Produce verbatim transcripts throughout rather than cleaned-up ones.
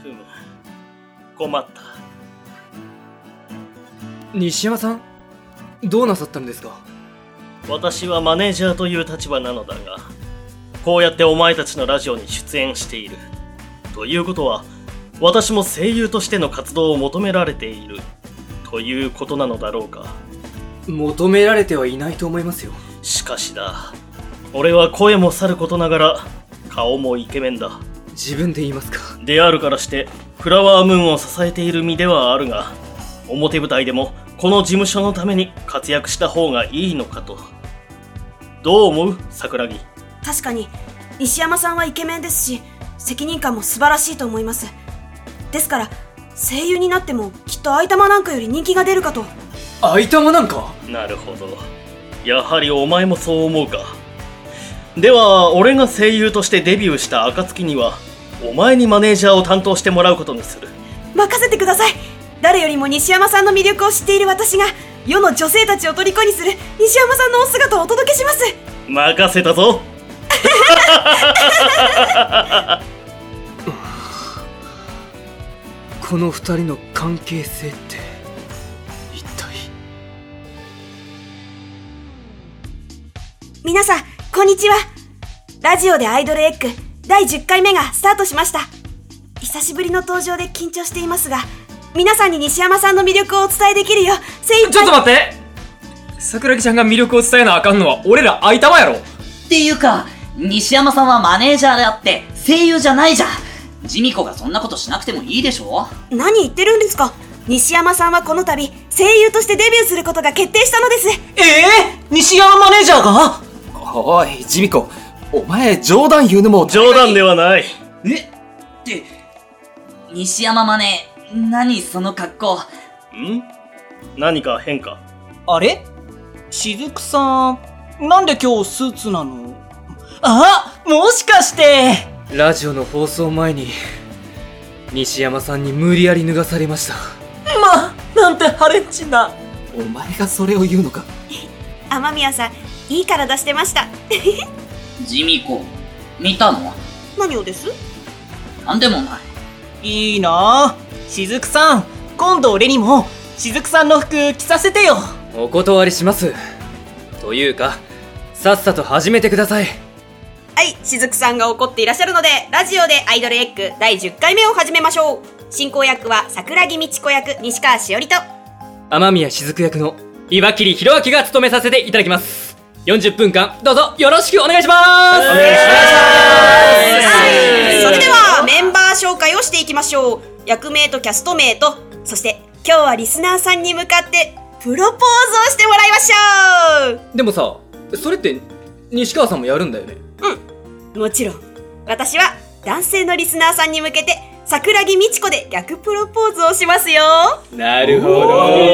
ふむ、困った。 西山さん、どうなさったんですか？ 私はマネージャーという立場なのだが、こうやってお前たちのラジオに出演しているということは、私も声優としての活動を求められているということなのだろうか。 求められてはいないと思いますよ。 しかしだ、俺は声もさることながら顔もイケメンだ。 自分で言いますか？ であるからしてフラワームーンを支えている身ではあるが、表舞台でもこの事務所のために活躍した方がいいのかと。どう思う、桜木？ 確かに西山さんはイケメンですし、責任感も素晴らしいと思います。ですから声優になってもきっと愛玉なんかより人気が出るかと。 愛玉なんか？ なるほど、やはりお前もそう思うか。では俺が声優としてデビューした暁には、お前にマネージャーを担当してもらうことにする。 任せてください。誰よりも西山さんの魅力を知っている私が、世の女性たちを虜にする西山さんのお姿をお届けします。 任せたぞ。 この二人の関係性って一体。 皆さんこんにちは。ラジオでアイドルエッグだいじゅっかいめがスタートしました。久しぶりの登場で緊張していますが、皆さんに西山さんの魅力をお伝えできるよう精一杯。 ちょっと待って、桜木ちゃんが魅力を伝えなあかんのは俺ら愛玉やろ。 っていうか、西山さんはマネージャーであって声優じゃないじゃん。ジミコがそんなことしなくてもいいでしょ。 何言ってるんですか。西山さんはこの度声優としてデビューすることが決定したのです。 ええー、西山マネージャーが？ おいジミコ、お前冗談言うのも。 冗談ではない。 えって西山マネ、何その格好。 ん？何か変か？ あれ？しずくさん、なんで今日スーツなの？あ、もしかしてラジオの放送前に西山さんに無理やり脱がされました。 ま、なんてハレンチな。 お前がそれを言うのか。 雨宮さん、いい体してました。 ジミコ、見たの？ 何をです？ なんでもない。 いいなぁ。しずくさん、今度俺にもしずくさんの服着させてよ。 お断りします。というか、さっさと始めてください。 はい、しずくさんが怒っていらっしゃるので、ラジオでアイドルエッグだいじゅっかいめを始めましょう。進行役は桜木道子役西川しおりと雨宮しずく役の岩切弘明が務めさせていただきます。よんじゅっぷんかんどうぞよろしくお願いします。お願いします。 はい、それではメンバー紹介をしていきましょう。役名とキャスト名と、そして今日はリスナーさんに向かってプロポーズをしてもらいましょう。 でもさ、それって西川さんもやるんだよね？ うん、もちろん。私は男性のリスナーさんに向けて桜木道子で逆プロポーズをしますよ。 なるほど。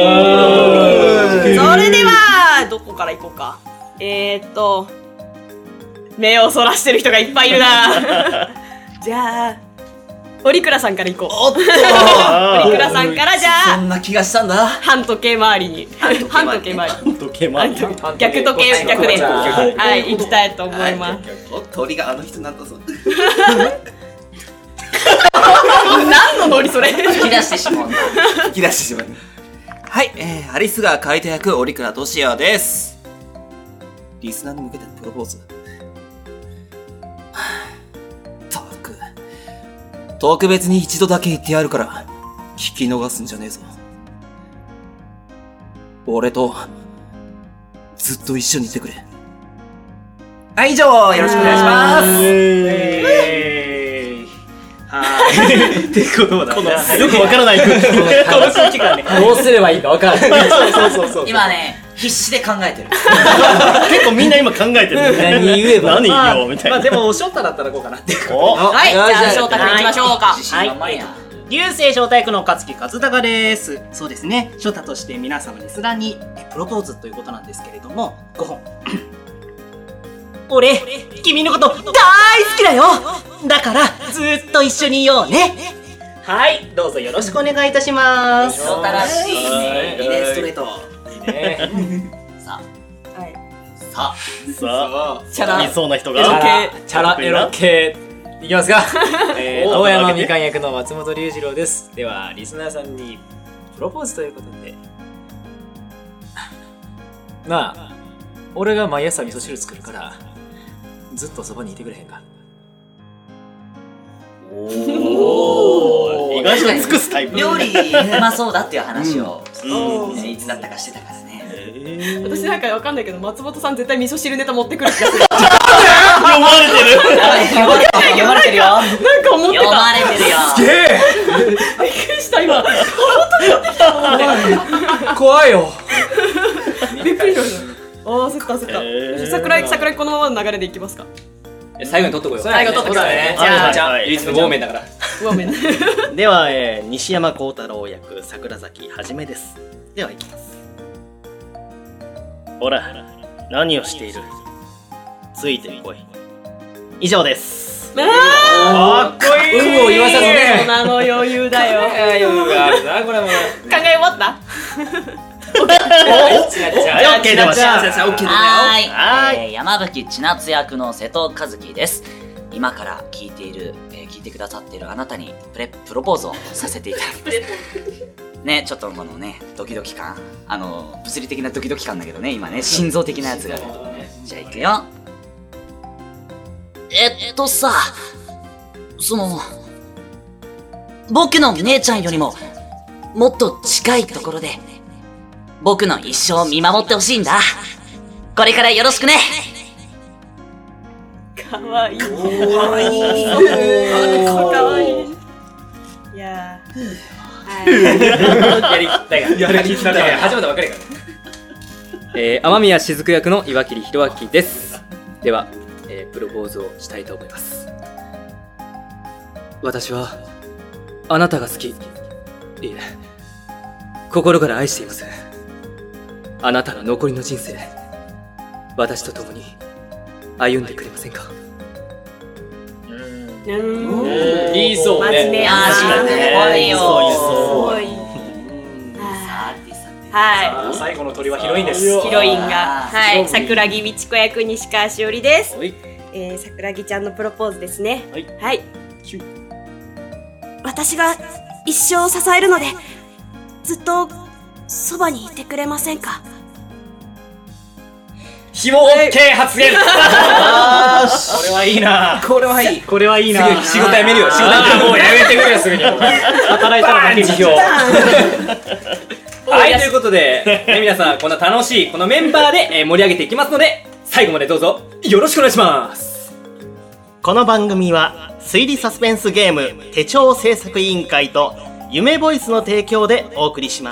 それではどこから行こうか。えーっと目をそらしてる人がいっぱいいるな。じゃあ堀倉さんから行こう。 おっと堀倉さんからじゃあそんな気がしたんだ。 半時計回りに半時計回り半時計回り逆時計逆ではい行きたいと思います。 お鳥があの人なんだぞ。 何のノリそれ。 吹き出してしまうんだ。 吹き出してしまう。はい、えー、アリスが書いた役折倉俊也です。リスナーに向けてのプロポーズ。たく特別に一度だけ言ってやるから聞き逃すんじゃねえぞ。俺とずっと一緒にいてくれ。はい、以上よろしくお願いします。 はいってことだ。このよくわからない空気。この空気がね。 どうすればいいかわからない。 そうそうそう。 今ね、必死で考えてる。 結構みんな今考えてる。 何言えば。 何言おうみたいな。 まあでも翔太だったらこうかなっていう。 お。 はい、じゃあ翔太君行きましょうか。 自信満々や。 流星翔太役の勝木和孝です。そうですね、翔太として皆様リスナーにプロポーズということなんですけれども、ごほん。俺、君のこと大好きだよ。だからずっと一緒にいようね。はい、どうぞよろしくお願いいたします。 翔太らしいね。 いいね、ストレート。 いいね。 さはい。 あ、ささあ、 チャラいそうな人エロが。 系チャラエロ系。 いきますか。えー、青山みかん役の松本龍二郎です。ではリスナーさんにプロポーズということで、なあ、俺が毎朝味噌汁作るからずっとそばにいてくれへんか。 おー、意外と尽くすタイプ。 料理うまそうだっていう話を、 うんうん、いつだったかしてたからね。 私なんかわかんないけど松本さん絶対味噌汁ネタ持ってくる気がする。 読まれてる。 読まれてる読まれてるよ。 なんか思って読また。 れてるよ。 すげえびっくりした今。 怖いよ。 びっくりしました。ああ、そっかそっか。 へー桜井桜井このままの流れでいきますか。 最後に取っとこうよ。 最後取っとこうねじゃあ、 じゃあ唯一のゴーメンだから。 ごめん。 では、えー、西山幸太郎役桜崎はじめです。では行きます。ほら、何をしている？ついてこい。以上です。 あかっこいい。有無を言わさずね。 大人の余裕だよ。 余裕があるな、これも。 考え終わった？ お、 ちなちゃん。 はい、オッケー出ました。 オッケーはーい、 はーいえー、山吹千夏役の瀬戸和樹です。今から聞いている、えー、聞いてくださっているあなたにプレプロポーズをさせていただきますね。ちょっとこのねドキドキ感、あの物理的なドキドキ感だけどね、今ね心臓的なやつがある。じゃあいくよ。えっとさ、その僕の姉ちゃんよりももっと近いところで僕の一生を見守ってほしいんだ。これからよろしくね。 かわいい。かわいい。かわいい。いややりきったが。やりきったが。始まったばかりからね。えー、雨宮雫役の岩切弘明です。では、えー、プロポーズをしたいと思います。私はあなたが好き。いえ、心から愛しています。あなたの残りの人生、私と共に歩んでくれませんか。 言いそうね。 真面目やな。 真面目ね。 これよ。 すごい。は最後の鳥はヒロインです。 い。ヒロインが、はい、 ヒロイン桜木美智子役西川しおりです。 はい。 えー、桜木ちゃんのプロポーズですね。 はい。 はい。私が一生支えるので、ずっとそばにいてくれませんか。 ひも OK 発言。これはいいな。これはいい。これはいいな。すぐ仕事辞めるよ。仕事辞める。もうやめてくれよ、すぐに。働いたら負け辞表。はい、ということで、ね、皆さんこんな楽しいこのメンバーで、えー、盛り上げていきますので、最後までどうぞよろしくお願いします。 この番組は推理サスペンスゲーム手帳制作委員会と夢ボイスの提供でお送りします。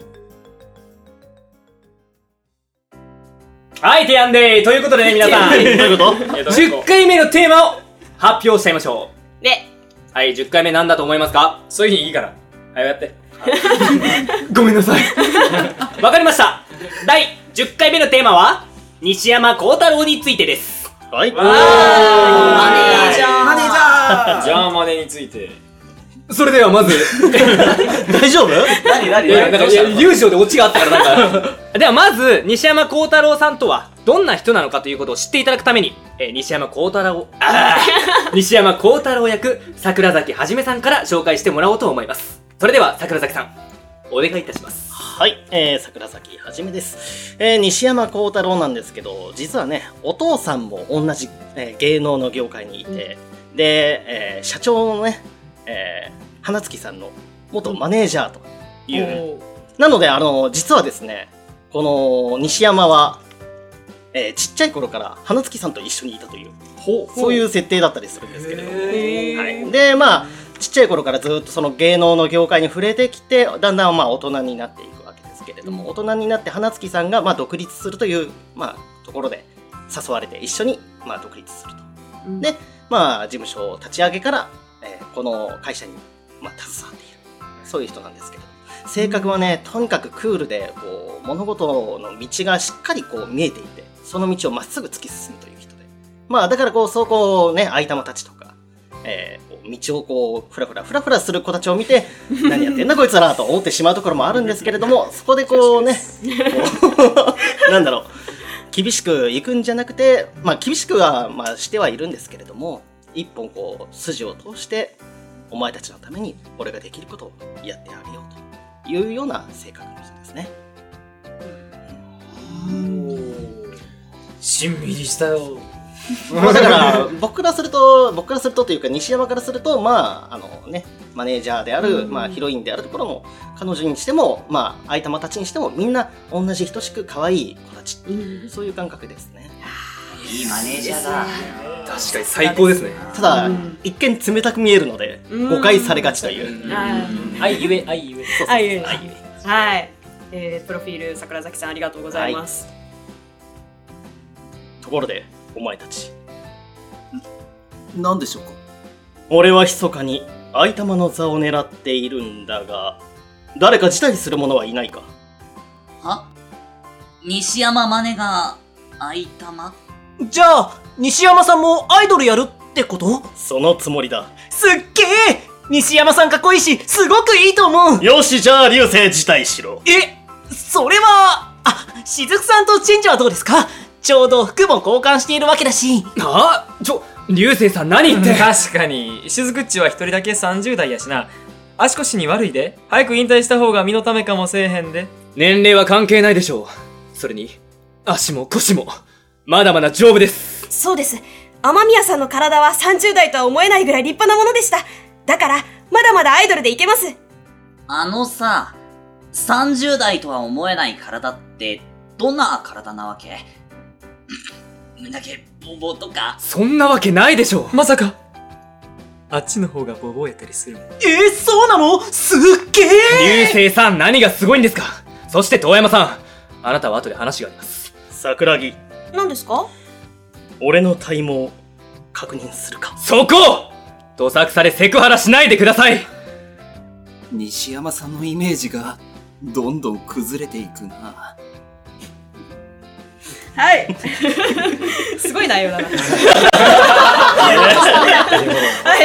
はい、提案でーということでね、皆さんどういうこと？ じゅっかいめのテーマを発表しちゃいましょで、 う。はい、じゅっかいめなんだと思いますか？そういうにいいから。はい、やって。ごめんなさい。わかりました。だいじゅっかいめのテーマは西山幸太郎についてです。 はい。 マネージャー。マネージャー。 じゃあマネについて。それではまず大丈夫？ 何何いや、なんか、いや、友情でオチがあったからなんか。ではまず、西山幸太郎さんとは、どんな人なのかということを知っていただくために、えー、西山幸太郎、あー西山幸太郎役、桜崎はじめさんから紹介してもらおうと思います。それでは、桜崎さん、お願いいたします。 はい、えー、桜崎はじめです。えー、西山幸太郎なんですけど、実はね、お父さんも同じ、えー、芸能の業界にいて、うん、で、えー、社長のね、えー、花月さんの元マネージャーという、うん、なのであの実はですね、この西山は、えー、ちっちゃい頃から花月さんと一緒にいたという、そういう設定だったりするんですけれども、はい、でまあちっちゃい頃からずっとその芸能の業界に触れてきて、だんだんまあ大人になっていくわけですけれども、うん、大人になって花月さんがまあ独立するという、まあ、ところで誘われて一緒にまあ独立すると、うん、でまあ事務所を立ち上げから、えー、この会社にまあ携わっている、そういう人なんですけど、性格はね、とにかくクールでこう物事の道がしっかりこう見えていて、その道をまっすぐ突き進むという人で、まあだからこうそうこうね、愛玉たちとか、えー、道をこうフラフラフラフラする子たちを見て何やってんだこいつらと思ってしまうところもあるんですけれども、そこでこうね、こうなんだろう、厳しくいくんじゃなくて、まあ厳しくはまあしてはいるんですけれども、 一本こう筋を通してお前たちのために俺ができることをやってあげようというような性格の人ですね。 しんみりしたよ。 だから僕らすると僕らするとというか西山からすると、まああのね、マネージャーである、まあ、ヒロインであるところの彼女にしても、まあ、愛玉たちにしてもみんな同じ等しく可愛い子たち、そういう感覚ですね。 いいマネージャーだ。 確かに最高ですね。 ただ一見冷たく見えるので誤解されがちという。 愛ゆえ愛ゆえ愛ゆえはい、えー、プロフィール桜崎さんありがとうございます、はい、 ところでお前たち何でしょうか。 俺は密かに愛玉の座を狙っているんだが、誰か辞退する者はいないか。 は？西山マネが愛玉？ じゃあ西山さんもアイドルやるってこと？ そのつもりだ。 すっげえ、西山さんかっこいいしすごくいいと思う。 よし、じゃあ流星辞退しろ。 え、それは、あ、しずくさんとチンジはどうですか？ちょうど服も交換しているわけだし。 ああ、ちょ流星さん何言って。 確かにしずくっちは一人だけさんじゅう代やしな。足腰に悪いで。早く引退した方が身のためかもせえへんで。 年齢は関係ないでしょう。それに足も腰もまだまだ丈夫です。 そうです。雨宮さんの体はさんじゅう代とは思えないぐらい立派なものでした。だからまだまだアイドルでいけます。 あのさ、さんじゅう代とは思えない体ってどんな体なわけ？胸毛ボンボンとか？ そんなわけないでしょう。 まさかあっちの方がボボやったりするの？ えー、そうなの？すっげえ。 流星さん何がすごいんですか？そして遠山さん、あなたは後で話があります。 桜木、 何ですか？ 俺の体毛確認するか。 そこどさくさでセクハラしないでください。 西山さんのイメージがどんどん崩れていくな。 はいすごい内容だなはい、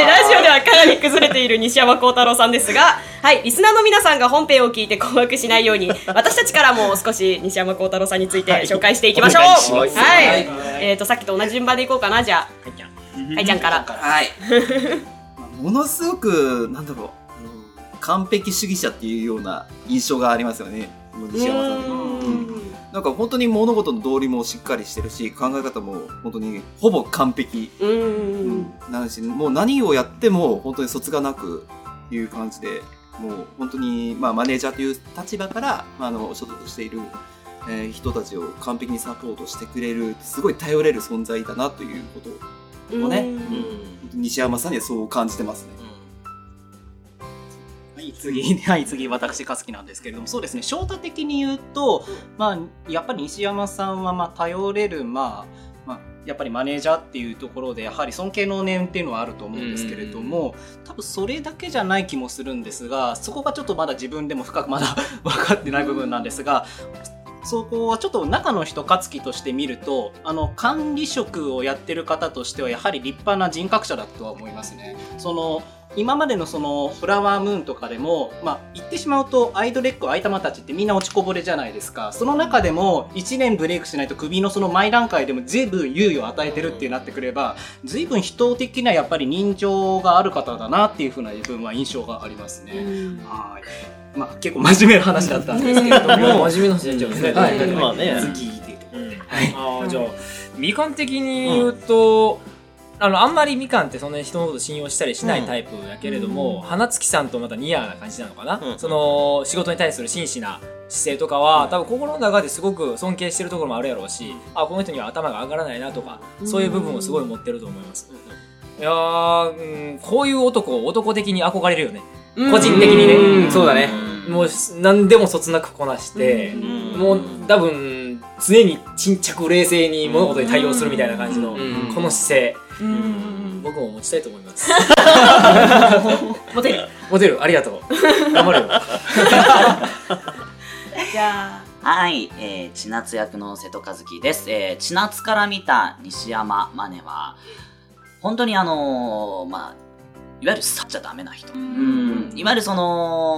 ラジオではかなり崩れている西山幸太郎さんですが、はい、リスナーの皆さんが本編を聞いて困惑しないように私たちからも少し西山幸太郎さんについて紹介していきましょう。はい、はい、えーとさっきと同じ順番でいこうかな。じゃあはいちゃん、はいちゃんから。 はいものすごくなんだろう、完璧主義者っていうような印象がありますよね、西山さん。うんなんか本当に物事の道理もしっかりしてるし、考え方も本当にほぼ完璧なし、もう何をやっても本当に卒がなくいう感じで、もう本当にまあマネージャーという立場からあの所属している、えー、人たちを完璧にサポートしてくれるすごい頼れる存在だなということをね、うん、西山さんにはそう感じてますね。 はい、次、はい、次、私、かすきなんですけれども、そうですね、翔太的に言うと、まあ、やっぱり西山さんは、まあ、頼れる、まあ、まあ、やっぱりマネージャーっていうところで、やはり尊敬の念っていうのはあると思うんですけれども、多分それだけじゃない気もするんですが、そこがちょっとまだ自分でも深くまだ分かってない部分なんですが、そこはちょっと中の人勝樹として見ると、あの管理職をやってる方としてはやはり立派な人格者だとは思いますね。その今までのそのフラワームーンとかでも、まあ、言ってしまうとアイドレック愛玉たちってみんな落ちこぼれじゃないですか。その中でもいちねんブレイクしないと首のその前段階でも随分猶予を与えてるってなってくれば、随分人的なやっぱり人情がある方だなっていう風な自分は印象がありますね。はい、まあ、結構真面目な話だったんですけれども真面目な話になっちゃうんですね。 はい、 まあね、 次っていうところで、 はい、あじゃあみかん的に言うと、うんあのあんまりみかんってそんなに人のこと信用したりしないタイプやけれども、うん、花月さんとまたニアな感じなのかな、うん、その仕事に対する真摯な姿勢とかは、うん、多分心の中ですごく尊敬してるところもあるやろうし、うん、あこの人には頭が上がらないなとか、うん、そういう部分をすごい持ってると思います、うん、いやー、うん、こういう男男的に憧れるよね、うん、個人的にね、 うん、そうだね、 もう何でもそつなくこなして、うん、もう多分常に沈着冷静に物事に対応するみたいな感じの、うん、この姿勢、うん、僕も持ちたいと思いますモテるモテる、ありがとう頑張るよじゃあはい、えー、千夏役の瀬戸和樹です、えー、千夏から見た西山マネは本当にあのー、まあいわゆる去っちゃダメな人、うん、いわゆるその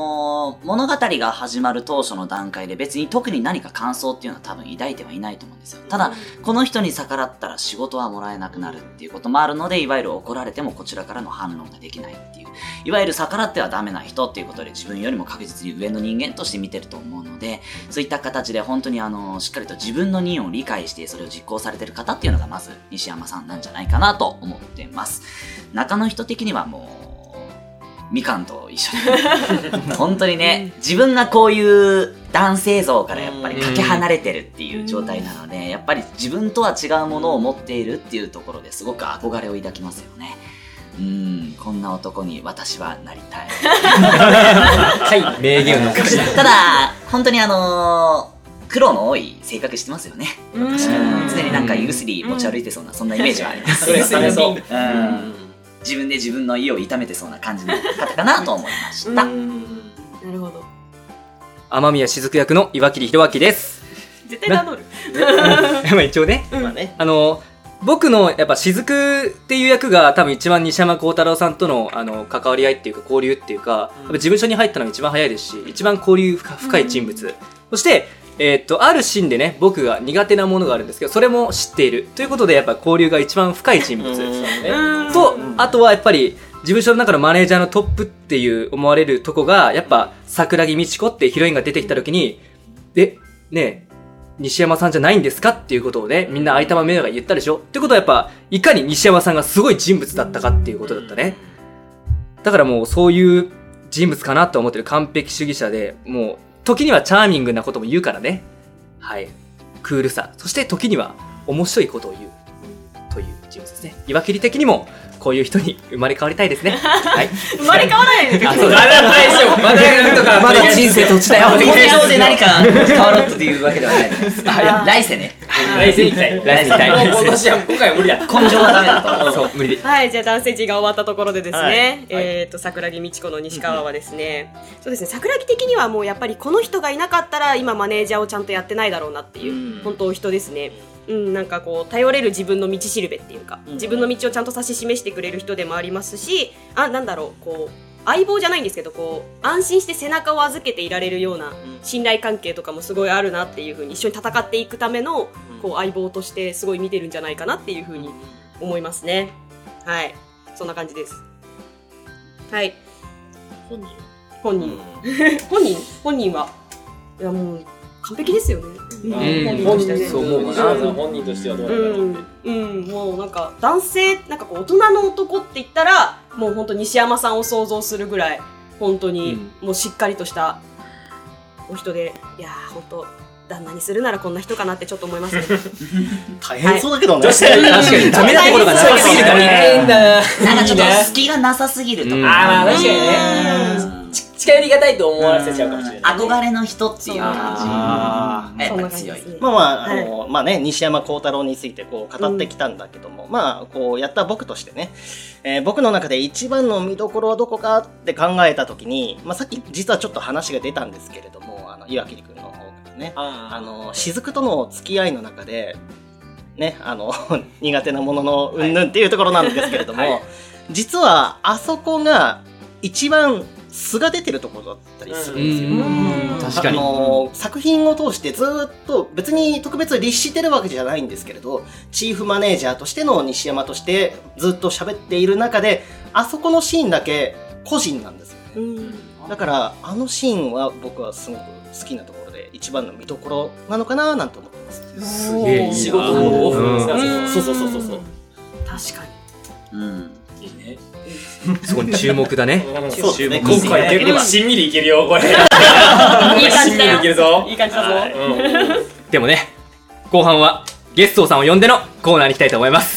のー、物語が始まる当初の段階で別に特に何か感想っていうのは多分抱いてはいないと思うんですよ。ただ、この人に逆らったら仕事はもらえなくなるっていうこともあるので、いわゆる怒られてもこちらからの反論ができないっていう。いわゆる逆らってはダメな人っていうことで自分よりも確実に上の人間として見てると思うので、そういった形で本当にあの、しっかりと自分の任を理解してそれを実行されてる方っていうのがまず西山さんなんじゃないかなと思ってます。中の人的にはもう、みかんと一緒に本当にね、自分がこういう男性像からやっぱりかけ離れてるっていう状態なので、やっぱり自分とは違うものを持っているっていうところですごく憧れを抱きますよね。うーん、こんな男に私はなりたい。 はい、名言を残した。 ただ、本当にあのー、苦労の多い性格してますよね。私は常になんか胃薬持ち歩いてそうな、そんなイメージはあります。 それはそう。 うん自分で自分の胃を痛めてそうな感じの方かなと思いました。 なるほど。 天宮雫役の岩切弘明です。 絶対名乗る。 まあ一応ね、 まあね、 あの僕のやっぱ雫っていう役が多分一番西山幸太郎さんとのあの関わり合いっていうか交流っていうか、やっぱ事務所に入ったのが一番早いですし、一番交流深い人物。そしてえー、っとあるシーンでね、僕が苦手なものがあるんですけど、それも知っているということで、やっぱ交流が一番深い人物と、あとはやっぱり事務所の中のマネージャーのトップっていう思われるとこが、やっぱ桜木美智子ってヒロインが出てきた時に、えねえ西山さんじゃないんですかっていうことをね、みんな相玉目が言ったでしょってことは、やっぱいかに西山さんがすごい人物だったかっていうことだったね。だからもうそういう人物かなと思ってる。完璧主義者で、もう時にはチャーミングなことも言うからね。はい。クールさ。そして時には面白いことを言う。という人物ですね。岩切的にも、こういう人に生まれ変わりたいですね。はい。 生まれ変わらないの。 あ、そうだ。まだ、まだ人生途中だよ。 根性で何か変わろうというわけではないです。来世ね。 来世に行きたい。来世に行きたい。 もう私は今回は無理だ。 根性はダメだと。 そう、無理で。 はい、じゃあ男性陣が終わったところでですね、 はいえっと、桜木美智子の西川はですね、そうですね、桜木的にはもうやっぱりこの人がいなかったら今マネージャーをちゃんとやってないだろうなっていう、本当お人ですね。うん、なんかこう頼れる自分の道しるべっていうか、自分の道をちゃんと指し示してくれる人でもありますし、あ、なんだろう、こう相棒じゃないんですけど、こう安心して背中を預けていられるような信頼関係とかもすごいあるなっていう風に、一緒に戦っていくためのこう相棒としてすごい見てるんじゃないかなっていう風に思いますね。はい、そんな感じです。はい。 本人本人本人本人はいやもう完璧ですよね。 うん、 本人としてね。 そう思う西山さん本人としてはどうなんだろうって。 うん、うん、もうなんか男性、なんかこう大人の男って言ったらもう本当西山さんを想像するぐらい本当にもうしっかりとしたお人で、いやー本当旦那にするならこんな人かなってちょっと思いますね。 大変そうだけどね。 確かにダメなところがなさすぎるからね。 なんかちょっと隙がなさすぎるとか。 あーまあ確かにね。近寄りがたいと思わせちゃうかもしれない。 憧れの人っていう感じ。やっぱ強い。 まあまあ、あの、まあね、西山幸太郎についてこう語ってきたんだけども、まあ、こうやった僕としてね、えー、僕の中で一番の見どころはどこかって考えたときに、まあさっき実はちょっと話が出たんですけれども、あの、岩切くんの方からね、あの、雫との付き合いの中で、ね、あの、苦手なもののうんぬんっていうところなんですけれども、はいはい、実はあそこが一番素が出てるところだったりするんですよ。確かに。あの、作品を通してずっと別に特別律してるわけじゃないんですけれど、チーフマネージャーとしての西山としてずっと喋っている中で、あそこのシーンだけ個人なんですよね。だからあのシーンは僕はすごく好きなところで一番の見どころなのかななんて思ってます。 すげえ仕事のオフですね。そうそうそうそうそう。 確かに。 うん。 いいね。 そこに注目だね。 そうね。 今回結構しんみりいけるよこれ。いい感じだよ。 しんみりいけるぞ。 いい感じだぞ。 でもね、後半はゲストさんを呼んでのコーナーに行きたいと思います。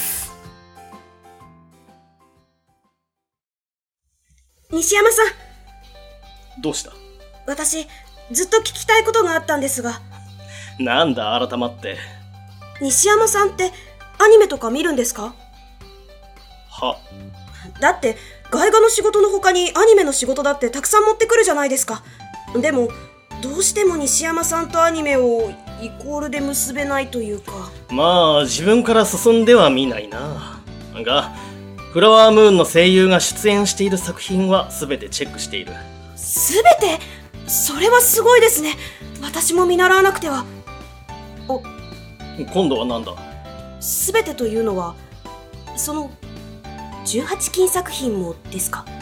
西山さん。 どうした？ 私ずっと聞きたいことがあったんですが。 なんだ改まって。 西山さんってアニメとか見るんですか？ は。 だって外画の仕事の他にアニメの仕事だってたくさん持ってくるじゃないですか。でもどうしても西山さんとアニメをイコールで結べないというか。 まあ自分から進んでは見ないな。がフラワームーンの声優が出演している作品は全てチェックしている。 全て？ それはすごいですね。私も見習わなくては。お、 今度は何だ？ すべてというのは、そのじゅうはちきん作品もですか？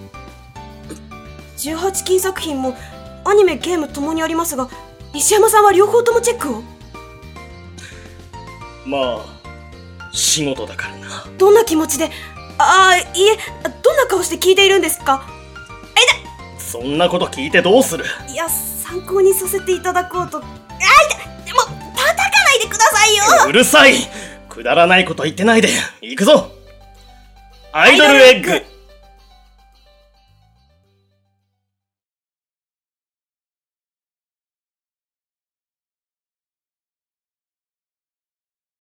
じゅうはちきん作品もアニメゲームともにありますが、西山さんは両方ともチェックを？ まあ仕事だからな。 どんな気持ちで、ああ、いえ、どんな顔して聞いているんですか？ そんなこと聞いてどうする？ いや、参考にさせていただこうと。あいだ、でも叩かないでくださいよ。 うるさい。くだらないこと言ってないで。行くぞ。アイドルエッグ。